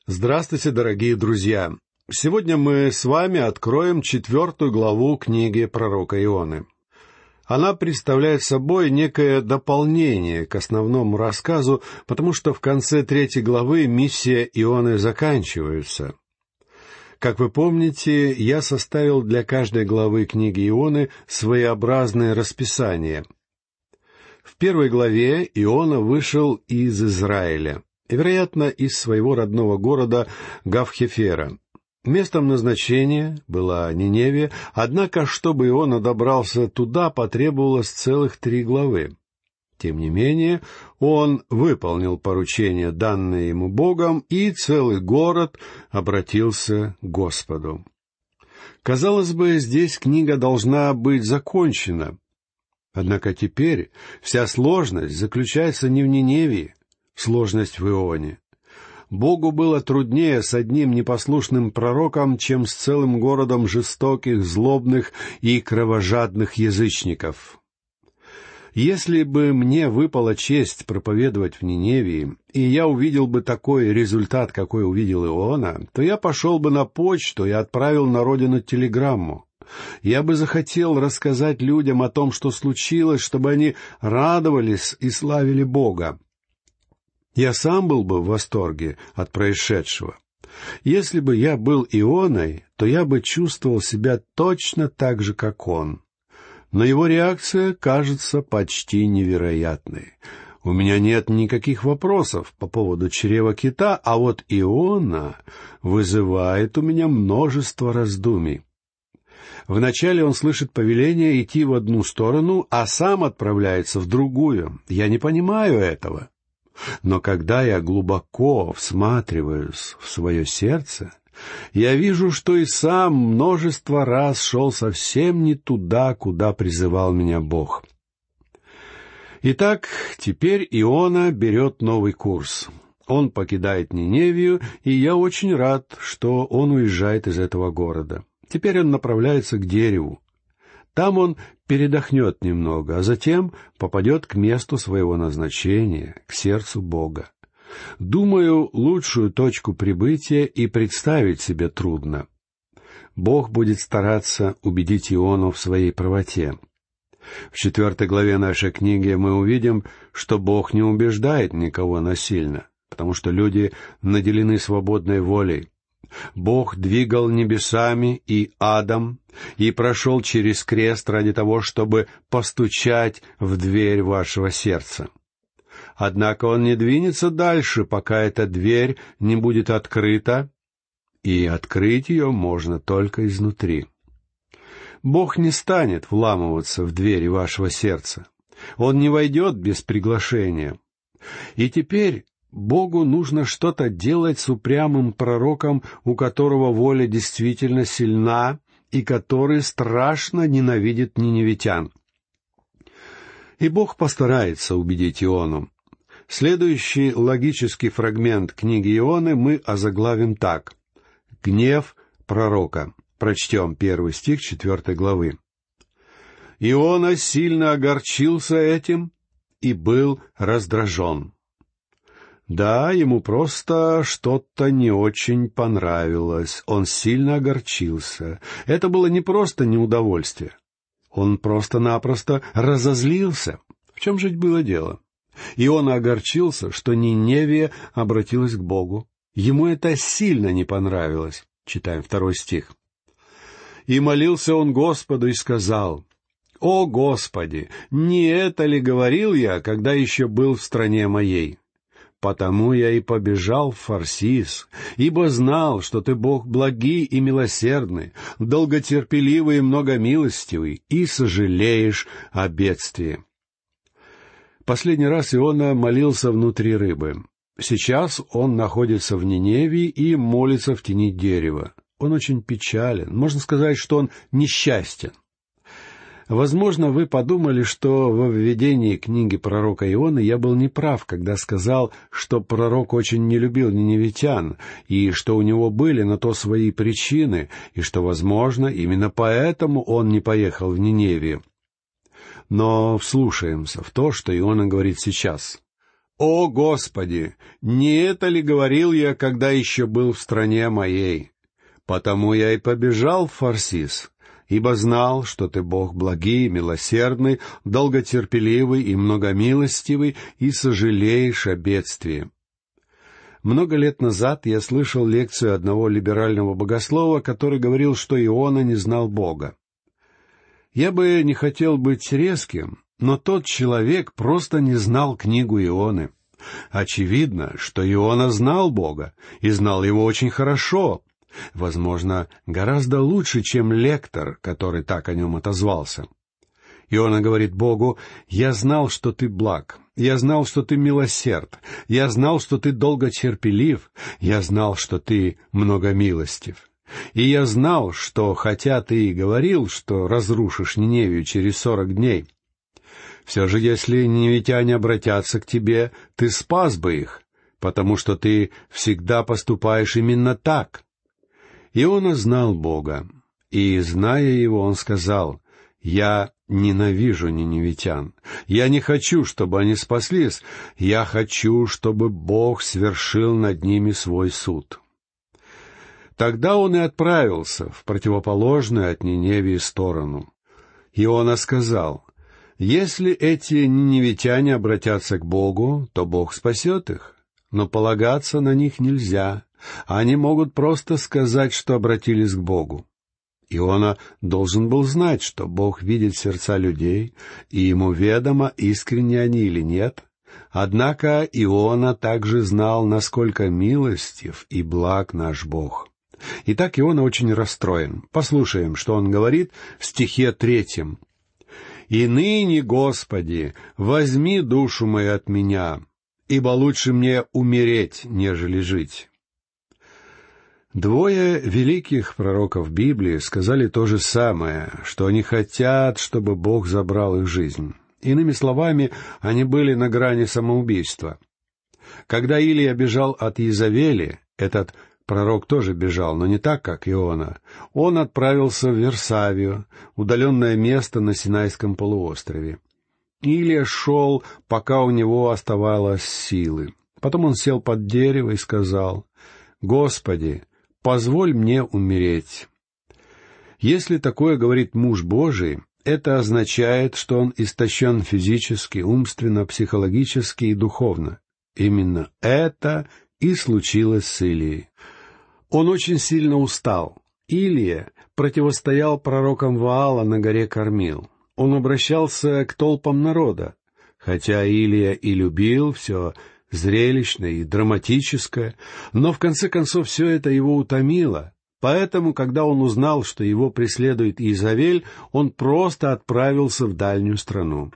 Здравствуйте, дорогие друзья! Сегодня мы с вами откроем 4 главу книги пророка Ионы. Она представляет собой некое дополнение к основному рассказу, потому что в конце 3 главы миссия Ионы заканчивается. Как вы помните, я составил для каждой главы книги Ионы своеобразное расписание. В 1 главе Иона вышел из Израиля, вероятно, из своего родного города Гавхефера. Местом назначения была Ниневия, однако, чтобы Иона добрался туда, потребовалось целых 3 главы. Тем не менее, он выполнил поручение, данное ему Богом, и целый город обратился к Господу. Казалось бы, здесь книга должна быть закончена. Однако теперь вся сложность заключается не в Ниневии, сложность в Ионе. Богу было труднее с одним непослушным пророком, чем с целым городом жестоких, злобных и кровожадных язычников. Если бы мне выпала честь проповедовать в Ниневии, и я увидел бы такой результат, какой увидел Иона, то я пошел бы на почту и отправил на родину телеграмму. Я бы захотел рассказать людям о том, что случилось, чтобы они радовались и славили Бога. Я сам был бы в восторге от происшедшего. Если бы я был Ионой, то я бы чувствовал себя точно так же, как он. Но его реакция кажется почти невероятной. У меня нет никаких вопросов по поводу чрева кита, а вот Иона вызывает у меня множество раздумий. Вначале он слышит повеление идти в одну сторону, а сам отправляется в другую. Я не понимаю этого. Но когда я глубоко всматриваюсь в свое сердце, я вижу, что и сам множество раз шел совсем не туда, куда призывал меня Бог. Итак, теперь Иона берет новый курс. Он покидает Ниневию, и я очень рад, что он уезжает из этого города. Теперь он направляется к дереву. Там он передохнет немного, а затем попадет к месту своего назначения, к сердцу Бога. Думаю, лучшую точку прибытия и представить себе трудно. Бог будет стараться убедить Иону в своей правоте. В 4 главе нашей книги мы увидим, что Бог не убеждает никого насильно, потому что люди наделены свободной волей. Бог двигал небесами и адом и прошел через крест ради того, чтобы постучать в дверь вашего сердца. Однако Он не двинется дальше, пока эта дверь не будет открыта, и открыть ее можно только изнутри. Бог не станет вламываться в двери вашего сердца. Он не войдет без приглашения. И теперь Богу нужно что-то делать с упрямым пророком, у которого воля действительно сильна и который страшно ненавидит ниневитян. И Бог постарается убедить Иону. Следующий логический фрагмент книги Ионы мы озаглавим так: «Гнев пророка». Прочтем 1 стих 4 главы. «Иона сильно огорчился этим и был раздражен». Да, ему просто что-то не очень понравилось. Он сильно огорчился. Это было не просто неудовольствие. Он просто-напросто разозлился. В чем же было дело? И он огорчился, что Ниневия обратилась к Богу. Ему это сильно не понравилось. Читаем 2 стих. «И молился он Господу и сказал: «О Господи, не это ли говорил я, когда еще был в стране моей? Потому я и побежал в Фарсис, ибо знал, что ты Бог благий и милосердный, долготерпеливый и многомилостивый, и сожалеешь о бедствии». Последний раз Иона молился внутри рыбы. Сейчас он находится в Ниневии и молится в тени дерева. Он очень печален. Можно сказать, что он несчастен. Возможно, вы подумали, что во введении книги пророка Ионы я был неправ, когда сказал, что пророк очень не любил ниневитян, и что у него были на то свои причины, и что, возможно, именно поэтому он не поехал в Ниневию. Но вслушаемся в то, что Иона говорит сейчас. «О, Господи! Не это ли говорил я, когда еще был в стране моей? Потому я и побежал в Фарсис, ибо знал, что Ты Бог благий, милосердный, долготерпеливый и многомилостивый, и сожалеешь о бедствии». Много лет назад я слышал лекцию одного либерального богослова, который говорил, что Иона не знал Бога. Я бы не хотел быть резким, но тот человек просто не знал книгу Ионы. Очевидно, что Иона знал Бога, и знал Его очень хорошо, возможно, гораздо лучше, чем лектор, который так о нем отозвался. Иона говорит Богу: «Я знал, что Ты благ, я знал, что Ты милосерд, я знал, что Ты долготерпелив, я знал, что Ты многомилостив. И я знал, что, хотя Ты и говорил, что разрушишь Ниневию через 40 дней, все же, если ниневитяне обратятся к Тебе, Ты спас бы их, потому что Ты всегда поступаешь именно так». Иона знал Бога, и, зная Его, он сказал: «Я ненавижу ниневитян. Я не хочу, чтобы они спаслись. Я хочу, чтобы Бог свершил над ними свой суд». Тогда он и отправился в противоположную от Ниневии сторону. Иона сказал: «Если эти ниневитяне обратятся к Богу, то Бог спасет их. Но полагаться на них нельзя. Они могут просто сказать, что обратились к Богу». Иона должен был знать, что Бог видит сердца людей, и ему ведомо, искренне они или нет. Однако Иона также знал, насколько милостив и благ наш Бог. Итак, Иона очень расстроен. Послушаем, что он говорит в стихе 3. «И ныне, Господи, возьми душу мою от меня, ибо лучше мне умереть, нежели жить». Двое великих пророков Библии сказали то же самое, что они хотят, чтобы Бог забрал их жизнь. Иными словами, они были на грани самоубийства. Когда Илия бежал от Иезавели, этот пророк тоже бежал, но не так, как Иона. Он отправился в Версавию, удаленное место на Синайском полуострове. Илия шел, пока у него оставалось силы. Потом он сел под дерево и сказал: «Господи, позволь мне умереть». Если такое говорит муж Божий, это означает, что он истощен физически, умственно, психологически и духовно. Именно это и случилось с Илией. Он очень сильно устал. Илия противостоял пророкам Ваала на горе Кармил. Он обращался к толпам народа. Хотя Илия и любил все зрелищное и драматическое, но в конце концов все это его утомило. Поэтому, когда он узнал, что его преследует Иезавель, он просто отправился в дальнюю страну.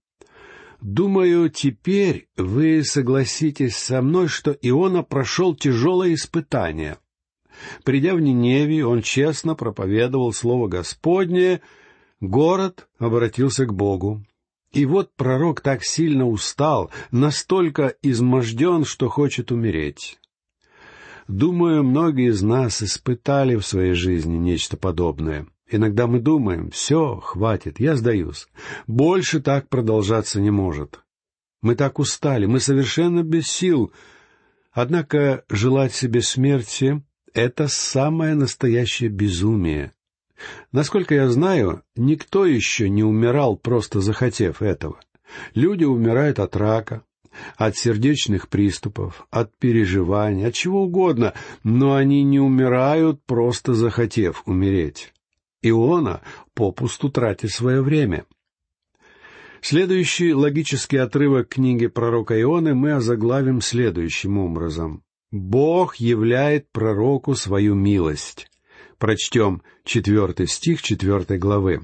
Думаю, теперь вы согласитесь со мной, что Иона прошел тяжелое испытание. Придя в Ниневию, он честно проповедовал Слово Господне, город обратился к Богу. И вот пророк так сильно устал, настолько изможден, что хочет умереть. Думаю, многие из нас испытали в своей жизни нечто подобное. Иногда мы думаем: «Все, хватит, я сдаюсь. Больше так продолжаться не может». Мы так устали, мы совершенно без сил. Однако желать себе смерти — это самое настоящее безумие. Насколько я знаю, никто еще не умирал, просто захотев этого. Люди умирают от рака, от сердечных приступов, от переживаний, от чего угодно, но они не умирают, просто захотев умереть. Иона попусту тратит свое время. Следующий логический отрывок книги пророка Ионы мы озаглавим следующим образом: «Бог являет пророку свою милость». Прочтем 4 стих 4 главы.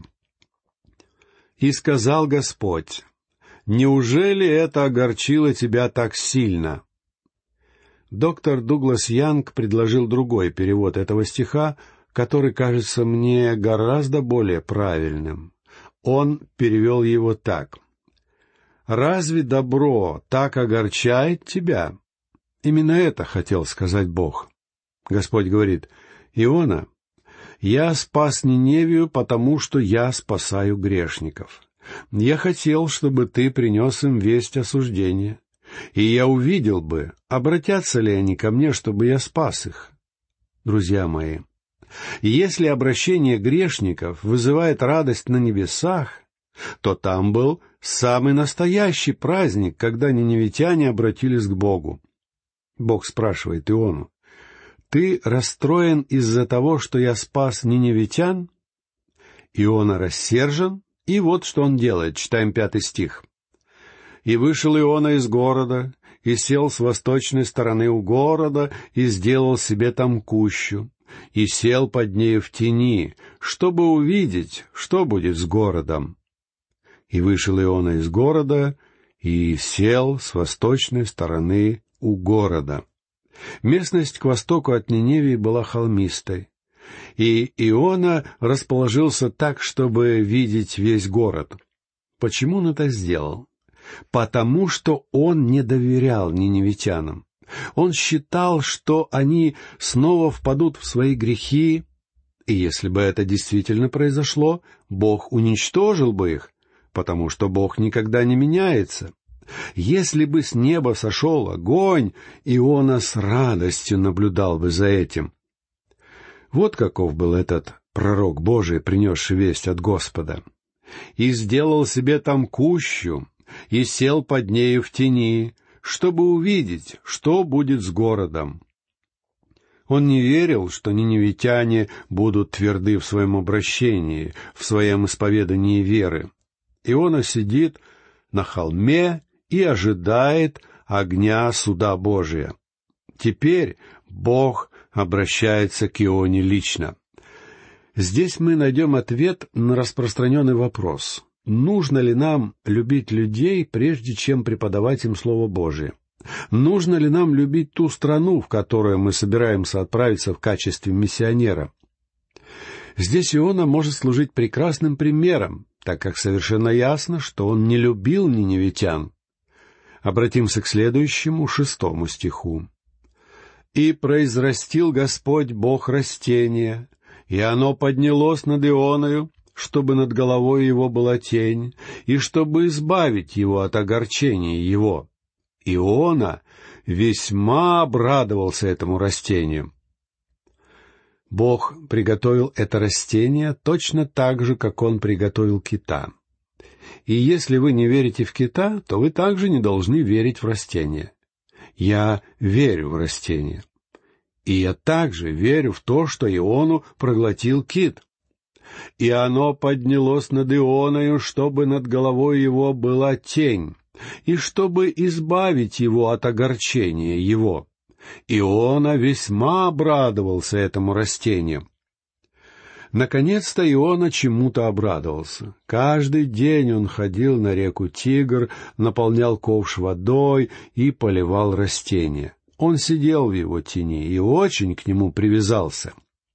«И сказал Господь: неужели это огорчило тебя так сильно?» Доктор Дуглас Янг предложил другой перевод этого стиха, который кажется мне гораздо более правильным. Он перевел его так: «Разве добро так огорчает тебя?» Именно это хотел сказать Бог. Господь говорит: «Иона, я спас Ниневию, потому что я спасаю грешников. Я хотел, чтобы ты принес им весть осуждения. и я увидел бы, обратятся ли они ко мне, чтобы я спас их. Друзья мои, если обращение грешников вызывает радость на небесах, то там был самый настоящий праздник, когда ниневитяне обратились к Богу. Бог спрашивает Иону: «Ты расстроен из-за того, что я спас ниневитян?» Иона рассержен, и вот что он делает. Читаем 5 стих. «И вышел Иона из города, и сел с восточной стороны у города, и сделал себе там кущу, и сел под нею в тени, чтобы увидеть, что будет с городом. И вышел Иона из города, и сел с восточной стороны у города». Местность к востоку от Ниневии была холмистой, и Иона расположился так, чтобы видеть весь город. Почему он это сделал? Потому что он не доверял ниневитянам. Он считал, что они снова впадут в свои грехи, и если бы это действительно произошло, Бог уничтожил бы их, потому что Бог никогда не меняется. Если бы с неба сошел огонь, Иона с радостью наблюдал бы за этим. Вот каков был этот пророк Божий, принесший весть от Господа. «И сделал себе там кущу, и сел под нею в тени, чтобы увидеть, что будет с городом». Он не верил, что ниневитяне будут тверды в своем обращении, в своем исповедании веры. Иона сидит на холме и ожидает огня суда Божия. Теперь Бог обращается к Ионе лично. Здесь мы найдем ответ на распространенный вопрос: нужно ли нам любить людей, прежде чем преподавать им Слово Божие? Нужно ли нам любить ту страну, в которую мы собираемся отправиться в качестве миссионера? Здесь Иона может служить прекрасным примером, так как совершенно ясно, что он не любил ниневитян. Обратимся к следующему, 6 стиху. «И произрастил Господь Бог растение, и оно поднялось над Ионою, чтобы над головой его была тень, и чтобы избавить его от огорчения его. Иона весьма обрадовался этому растению». Бог приготовил это растение точно так же, как Он приготовил кита. И если вы не верите в кита, то вы также не должны верить в растение. Я верю в растение. И я также верю в то, что Иону проглотил кит. «И оно поднялось над Ионою, чтобы над головой его была тень, и чтобы избавить его от огорчения его. Иона весьма обрадовался этому растению». Наконец-то Иона чему-то обрадовался. Каждый день он ходил на реку Тигр, наполнял ковш водой и поливал растения. Он сидел в его тени и очень к нему привязался.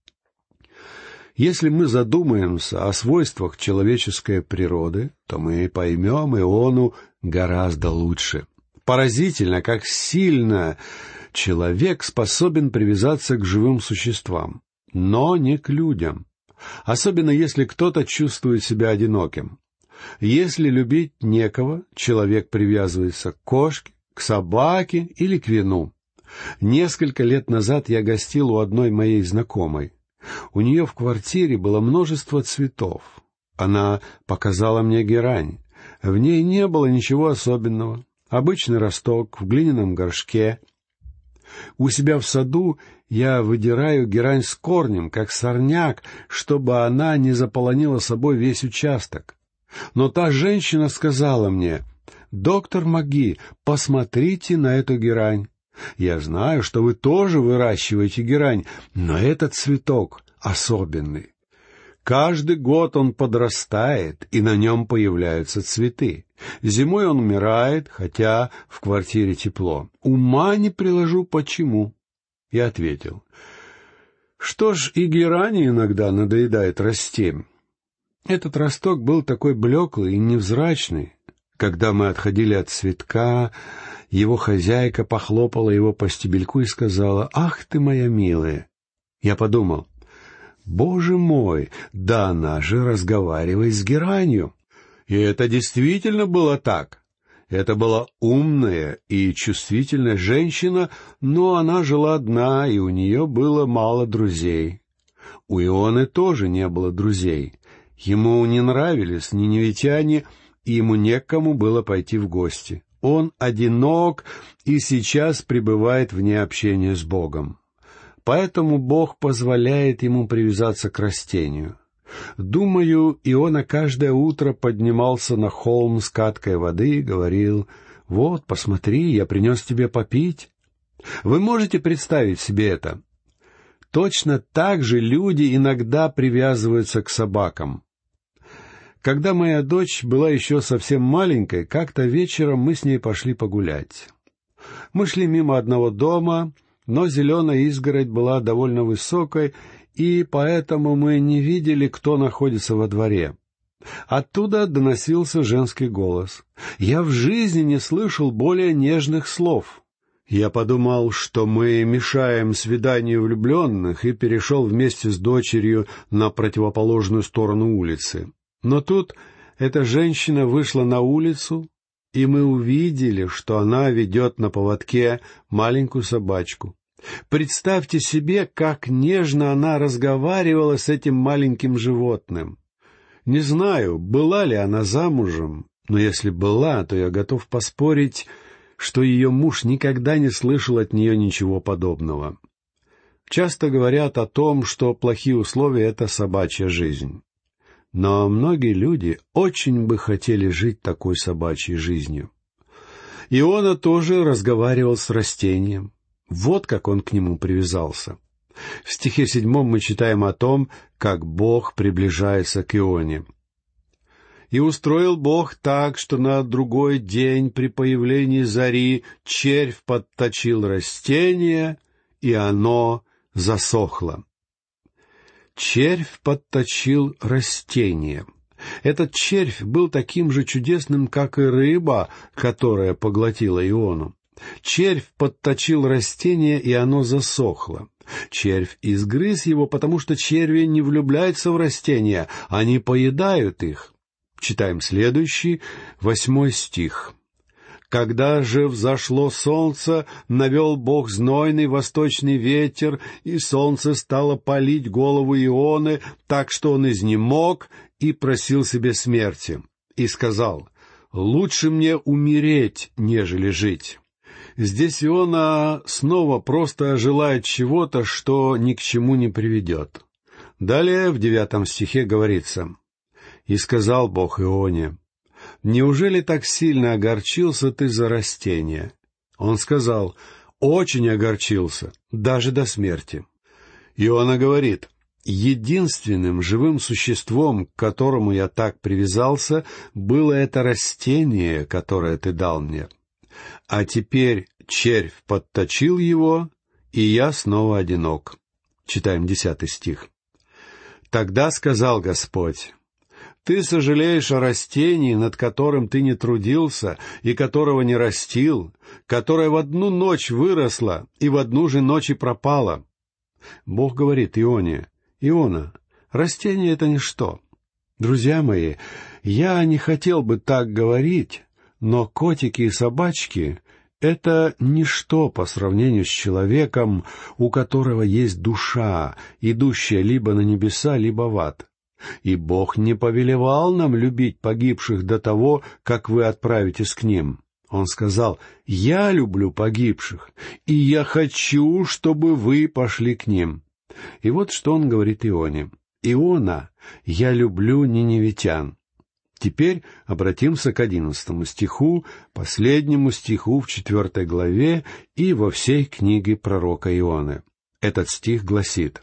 Если мы задумаемся о свойствах человеческой природы, то мы поймем Иону гораздо лучше. Поразительно, как сильно человек способен привязаться к живым существам, но не к людям. Особенно если кто-то чувствует себя одиноким. Если любить некого, человек привязывается к кошке, к собаке или к вину. Несколько лет назад я гостил у одной моей знакомой. У нее в квартире было множество цветов. Она показала мне герань. В ней не было ничего особенного. Обычный росток в глиняном горшке. У себя в саду я выдираю герань с корнем, как сорняк, чтобы она не заполонила собой весь участок. Но та женщина сказала мне: «Доктор Маги, посмотрите на эту герань. Я знаю, что вы тоже выращиваете герань, но этот цветок особенный. Каждый год он подрастает, и на нем появляются цветы. Зимой он умирает, хотя в квартире тепло. Ума не приложу, почему». Я ответил: «Что ж, и герани иногда надоедает расти». Этот росток был такой блеклый и невзрачный. Когда мы отходили от цветка, его хозяйка похлопала его по стебельку и сказала: «Ах ты моя милая!» Я подумал: «Боже мой, да она же разговаривает с геранью». И это действительно было так. Это была умная и чувствительная женщина, но она жила одна, и у нее было мало друзей. У Ионы тоже не было друзей. Ему не нравились ниневитяне, и ему некому было пойти в гости. Он одинок и сейчас пребывает вне общения с Богом. Поэтому Бог позволяет ему привязаться к растению. Думаю, Иона каждое утро поднимался на холм с каткой воды и говорил: «Вот, посмотри, я принес тебе попить». Вы можете представить себе это? Точно так же люди иногда привязываются к собакам. Когда моя дочь была еще совсем маленькой, как-то вечером мы с ней пошли погулять. Мы шли мимо одного дома, но зеленая изгородь была довольно высокой, и поэтому мы не видели, кто находится во дворе. Оттуда доносился женский голос. Я в жизни не слышал более нежных слов. Я подумал, что мы мешаем свиданию влюбленных, и перешел вместе с дочерью на противоположную сторону улицы. Но тут эта женщина вышла на улицу, и мы увидели, что она ведет на поводке маленькую собачку. Представьте себе, как нежно она разговаривала с этим маленьким животным. Не знаю, была ли она замужем, но если была, то я готов поспорить, что ее муж никогда не слышал от нее ничего подобного. Часто говорят о том, что плохие условия — это собачья жизнь. Но многие люди очень бы хотели жить такой собачьей жизнью. Иона тоже разговаривал с растением. Вот как он к нему привязался. В стихе 7 мы читаем о том, как Бог приближается к Ионе. «И устроил Бог так, что на другой день при появлении зари червь подточил растение, и оно засохло». Червь подточил растение. Этот червь был таким же чудесным, как и рыба, которая поглотила Иону. Червь подточил растение, и оно засохло. Червь изгрыз его, потому что черви не влюбляются в растения, они поедают их. Читаем следующий, 8 стих. «Когда же взошло солнце, навел Бог знойный восточный ветер, и солнце стало палить голову Ионы, так что он изнемог и просил себе смерти. И сказал: лучше мне умереть, нежели жить». Здесь Иона снова просто желает чего-то, что ни к чему не приведет. Далее в 9 стихе говорится: «И сказал Бог Ионе: неужели так сильно огорчился ты за растение?» Он сказал: «Очень огорчился, даже до смерти». Иона говорит: «Единственным живым существом, к которому я так привязался, было это растение, которое ты дал мне. А теперь червь подточил его, и я снова одинок». Читаем 10 стих. «Тогда сказал Господь: ты сожалеешь о растении, над которым ты не трудился и которого не растил, которое в одну ночь выросло и в одну же ночь и пропало». Бог говорит Ионе: «Иона, растение — это ничто». Друзья мои, я не хотел бы так говорить, но котики и собачки — это ничто по сравнению с человеком, у которого есть душа, идущая либо на небеса, либо в ад. И Бог не повелевал нам любить погибших до того, как вы отправитесь к ним. Он сказал: «Я люблю погибших, и я хочу, чтобы вы пошли к ним». И вот что он говорит Ионе: «Иона, я люблю ниневитян». Теперь обратимся к 11 стиху, последнему стиху в 4 главе и во всей книге пророка Ионы. Этот стих гласит: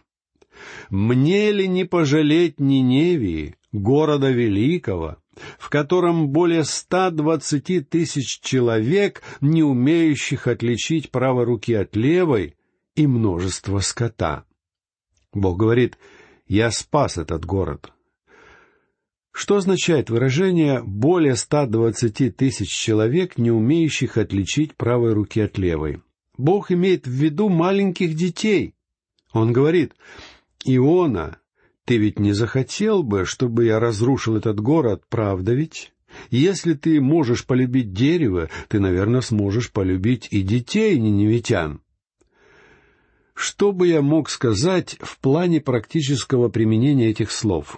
«Мне ли не пожалеть Ниневии, города великого, в котором более 120 тысяч человек, не умеющих отличить правой руки от левой, и множество скота?» Бог говорит: «Я спас этот город». Что означает выражение «более 120 тысяч человек, не умеющих отличить правой руки от левой»? Бог имеет в виду маленьких детей. Он говорит: «Иона, ты ведь не захотел бы, чтобы я разрушил этот город, правда ведь? Если ты можешь полюбить дерево, ты, наверное, сможешь полюбить и детей ниневитян. Что бы я мог сказать в плане практического применения этих слов?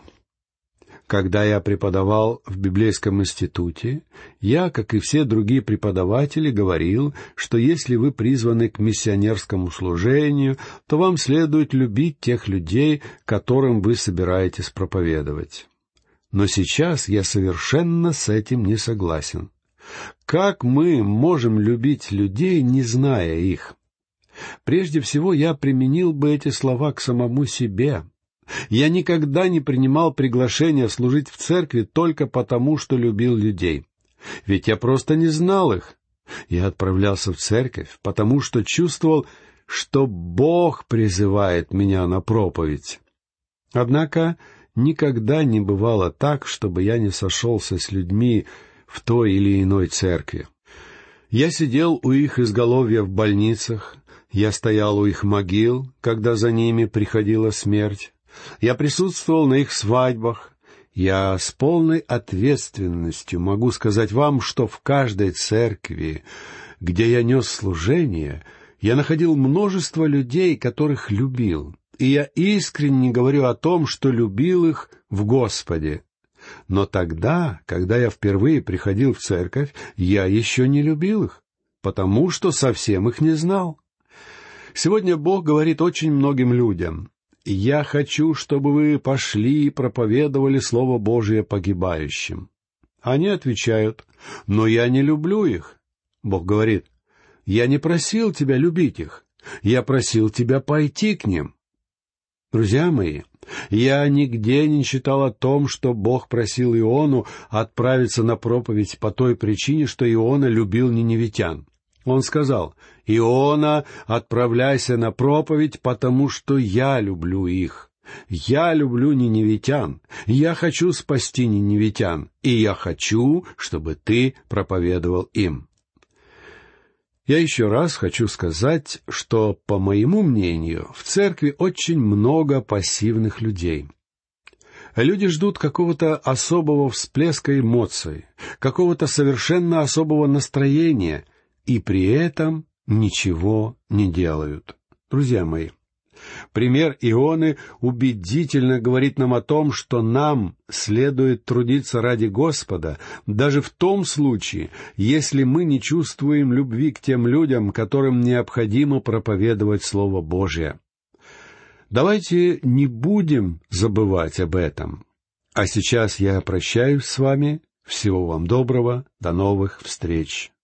Когда я преподавал в библейском институте, я, как и все другие преподаватели, говорил, что если вы призваны к миссионерскому служению, то вам следует любить тех людей, которым вы собираетесь проповедовать. Но сейчас я совершенно с этим не согласен. Как мы можем любить людей, не зная их? Прежде всего, я применил бы эти слова к самому себе. Я никогда не принимал приглашения служить в церкви только потому, что любил людей. Ведь я просто не знал их. Я отправлялся в церковь, потому что чувствовал, что Бог призывает меня на проповедь. Однако никогда не бывало так, чтобы я не сошелся с людьми в той или иной церкви. Я сидел у их изголовья в больницах, я стоял у их могил, когда за ними приходила смерть. Я присутствовал на их свадьбах. Я с полной ответственностью могу сказать вам, что в каждой церкви, где я нес служение, я находил множество людей, которых любил. И я искренне говорю о том, что любил их в Господе. Но тогда, когда я впервые приходил в церковь, я еще не любил их, потому что совсем их не знал. Сегодня Бог говорит очень многим людям: «Я хочу, чтобы вы пошли и проповедовали Слово Божие погибающим». Они отвечают: «Но я не люблю их». Бог говорит: «Я не просил тебя любить их, я просил тебя пойти к ним». Друзья мои, я нигде не читал о том, что Бог просил Иону отправиться на проповедь по той причине, что Иона любил ниневитян. Он сказал: «Иона, отправляйся на проповедь, потому что я люблю их. Я люблю ниневитян. Я хочу спасти ниневитян, и я хочу, чтобы ты проповедовал им». Я еще раз хочу сказать, что, по моему мнению, в церкви очень много пассивных людей. Люди ждут какого-то особого всплеска эмоций, какого-то совершенно особого настроения, и при этом ничего не делают. Друзья мои, пример Ионы убедительно говорит нам о том, что нам следует трудиться ради Господа, даже в том случае, если мы не чувствуем любви к тем людям, которым необходимо проповедовать Слово Божие. Давайте не будем забывать об этом. А сейчас я прощаюсь с вами. Всего вам доброго. До новых встреч.